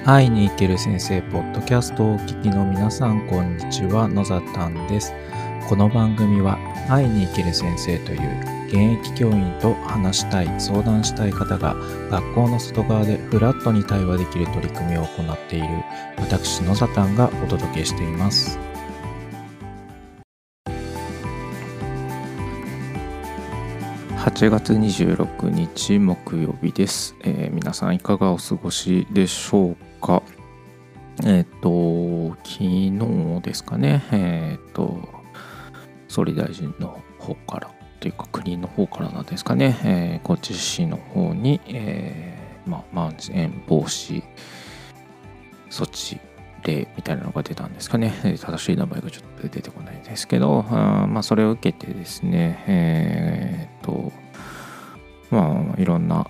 会いに行ける先生ポッドキャストをお聞きの皆さん、こんにちは。野ざたんです。この番組は会いに行ける先生という現役教員と話したい、相談したい方が学校の外側でフラットに対話できる取り組みを行っている私野ざたんがお届けしています。8月26日木曜日です。皆さんいかがお過ごしでしょうか。昨日ですかね、総理大臣の方からというか国の方からなんですかね、高知市の方に、まん延防止措置令みたいなのが出たんですかね。正しい名前がちょっと出てこないんですけど、それを受けてですね、いろんな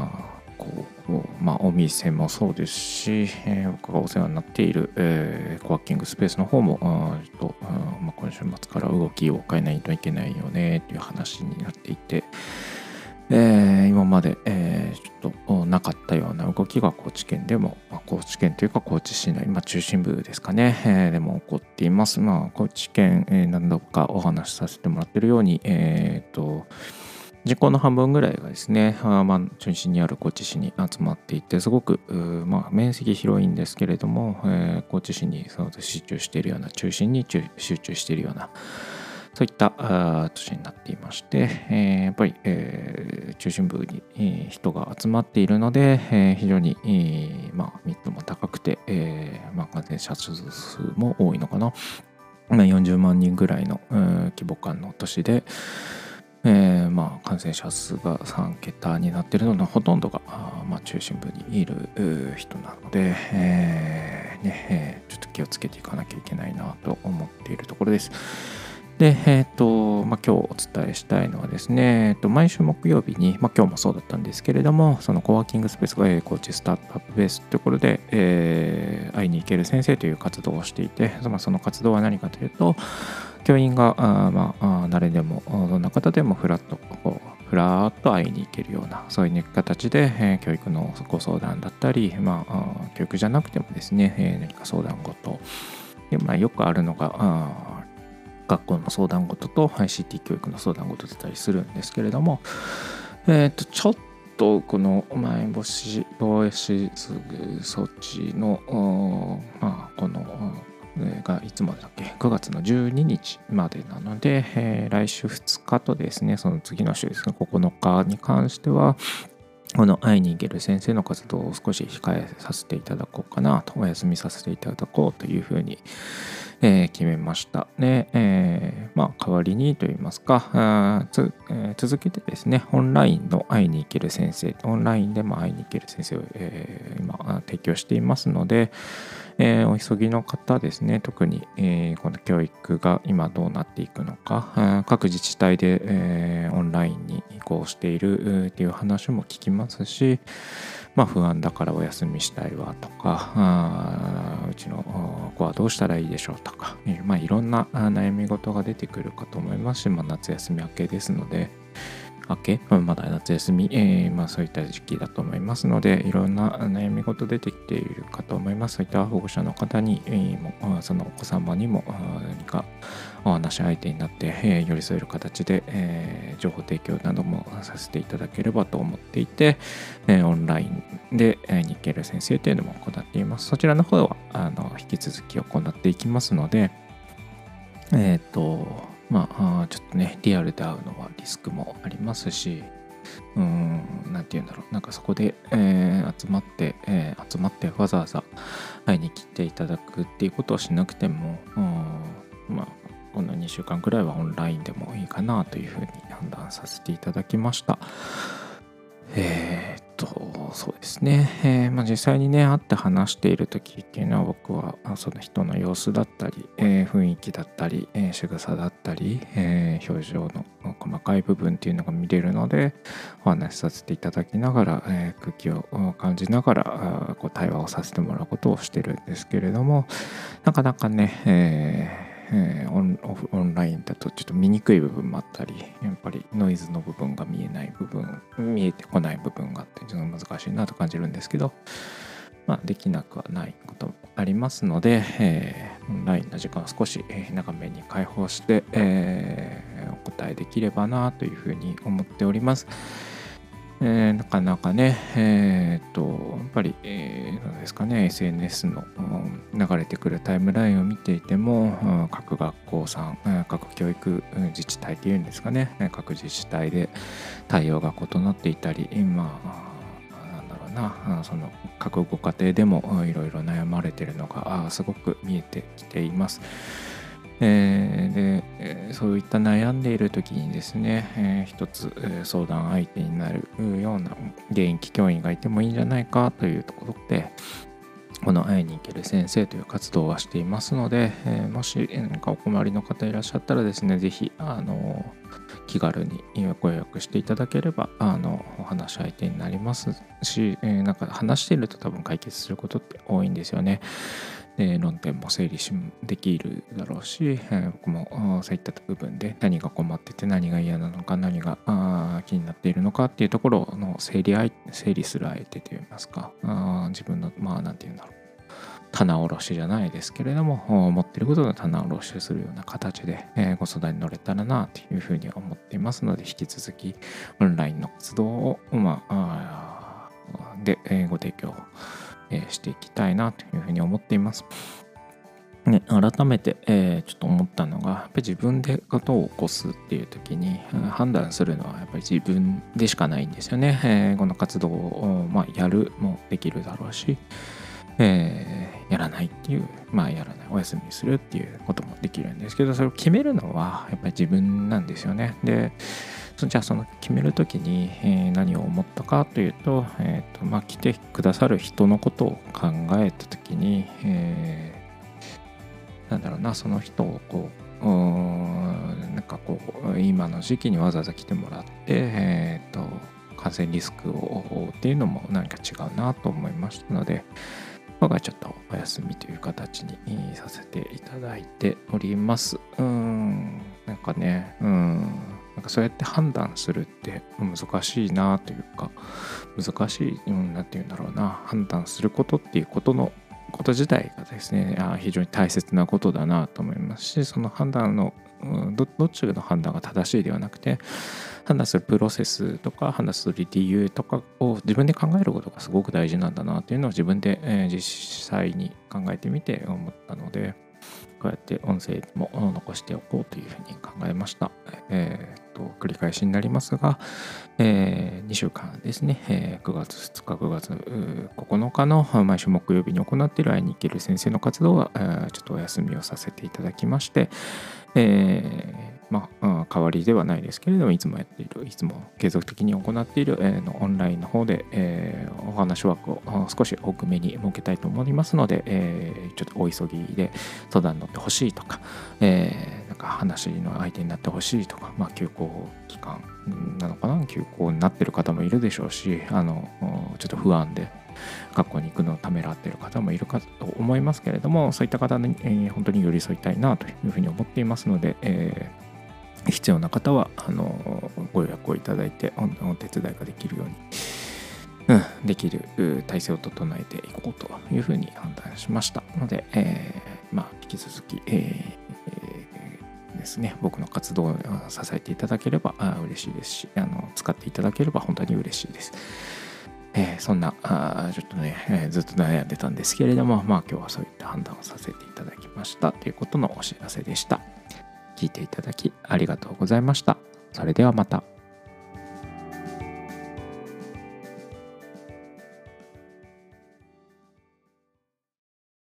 お店もそうですし、僕がお世話になっている、コワーキングスペースの方も今週末から動きを変えないといけないよねという話になっていて、今まで、ちょっとなかったような動きが高知県でも、高知県というか高知市内、中心部ですかね、でも起こっています。高知県、何度かお話しさせてもらっているように、人口の半分ぐらいがですね、中心にある高知市に集まっていて、すごく面積広いんですけれども、高知市に集中しているような、中心に集中しているような、そういった都市になっていまして、やっぱり、中心部に、人が集まっているので、非常に、密度も高くて、感染者数も多いのかな。40万人ぐらいの、規模感の都市で、感染者数が3桁になっているののほとんどが中心部にいる人なので、ちょっと気をつけていかなきゃいけないなと思っているところです。で、今日お伝えしたいのはですね、毎週木曜日に、今日もそうだったんですけれども、そのコワーキングスペースが、高知スタートアップベースというところで、会いに行ける先生という活動をしていて、その活動は何かというと、教員が誰でもどんな方でもフラッと会いに行けるような、そういう形で、教育のご相談だったり、教育じゃなくてもですね、何か相談事で、よくあるのが学校の相談事と ICT 教育の相談事だったりするんですけれども、ちょっとこのまん延防止措置のこのがいつまでだっけ、9月の12日までなので、来週2日とですね、その次の週ですね、9日に関しては、この会いに行ける先生の活動を少し控えさせていただこうかなと、お休みさせていただこうというふうに、決めました。で、代わりにといいますか、続けてですね、オンラインの会いに行ける先生、オンラインでも会いに行ける先生を、今提供していますので、お急ぎの方ですね、特に、この教育が今どうなっていくのか、各自治体で、オンラインに移行しているっていう話も聞きますし、不安だからお休みしたいわとか、うちの子はどうしたらいいでしょうとか、いろんな悩み事が出てくるかと思いますし、夏休み明けですので、まだ夏休み、そういった時期だと思いますので、いろんな悩み事出てきているかと思います。そういった保護者の方に、そのお子様にも何かお話し相手になって、寄り添える形で、情報提供などもさせていただければと思っていて、オンラインで会いに行ける先生というのも行っています。そちらの方は引き続き行っていきますので、ちょっとね、リアルで会うのはリスクもありますし、なんて言うんだろう、なんかそこで、集まってわざわざ会いに来ていただくっていうことをしなくても、この2週間くらいはオンラインでもいいかなというふうに判断させていただきました。そうですね、実際にね会って話している時っていうのは、僕はその人の様子だったり、雰囲気だったり、仕草だったり、表情の細かい部分っていうのが見れるので、お話しさせていただきながら、空気を感じながら対話をさせてもらうことをしてるんですけれども、なかなかね、オンラインだとちょっと見にくい部分もあったり、やっぱりノイズの部分が見えてこない部分があって、ちょっと難しいなと感じるんですけど、 できなくはないこともありますので、オンラインの時間を少し長めに開放して、お答えできればなというふうに思っております。なかなかね、やっぱり、なんですかね、SNS の流れてくるタイムラインを見ていても、各学校さん、各教育自治体っていうんですかね、各自治体で対応が異なっていたり、なんだろうな、その各ご家庭でもいろいろ悩まれているのがすごく見えてきています。そういった悩んでいる時にですね、一つ相談相手になるような現役教員がいてもいいんじゃないかというところで、この会いに行ける先生という活動はしていますので、もし何かお困りの方いらっしゃったらですね、ぜひ気軽にご予約していただければお話し相手になりますし、なんか話していると多分解決することって多いんですよね。で論点も整理できるだろうし、僕もそういった部分で何が困ってて何が嫌なのか何が気になっているのかっていうところの整理する相手といいますか、自分のなんていうんだろう、棚卸しじゃないですけれども、持っていることの棚卸しするような形で、ご相談に乗れたらなというふうに思っていますので、引き続きオンラインの活動を、ご提供していきたいなというふうに思っています。ね、改めて、ちょっと思ったのが、やっぱり自分でことを起こすっていう時に、判断するのはやっぱり自分でしかないんですよね。この活動を、やるもできるだろうし、やらないっていう、やらない、お休みするっていうこともできるんですけど、それを決めるのはやっぱり自分なんですよね。で、じゃあその決めるときに、何を思ったかというと、来てくださる人のことを考えたときに、なんだろうな、その人をなんか今の時期にわざわざ来てもらって、感染リスクを負うっていうのも何か違うなと思いましたので、僕はちょっとお休みという形にさせていただいております。なんかね、なんかそうやって判断するって難しいなというか、難しい、なんていうんだろうな、判断することっていうこと自体がですね、非常に大切なことだなと思いますし、その判断の、どっちの判断が正しいではなくて、判断するプロセスとか判断する理由とかを自分で考えることがすごく大事なんだなというのを自分で、実際に考えてみて思ったので、こうやって音声も残しておこうというふうに考えました。繰り返しになりますが、2週間ですね、9月2日、9月9日の毎週木曜日に行っている会いに行ける先生の活動は、ちょっとお休みをさせていただきまして、代わりではないですけれども、いつもやっている、いつも継続的に行っている、オンラインの方で、お話枠を少し多くめに設けたいと思いますので、ちょっとお急ぎで相談に乗ってほしいとか、なんか話の相手になってほしいとか、休校期間なのかな、休校になっている方もいるでしょうし、ちょっと不安で学校に行くのをためらっている方もいるかと思いますけれども、そういった方に、本当に寄り添いたいなというふうに思っていますので、必要な方はご予約をいただいてお手伝いができるように、できる体制を整えていこうというふうに判断しましたので、引き続き、ですね、僕の活動を支えていただければ嬉しいですし、使っていただければ本当に嬉しいです。そんなちょっとね、ずっと悩んでたんですけれども、今日はそういった判断をさせていただきましたということのお知らせでした。聞いていただきありがとうございました。それではまた。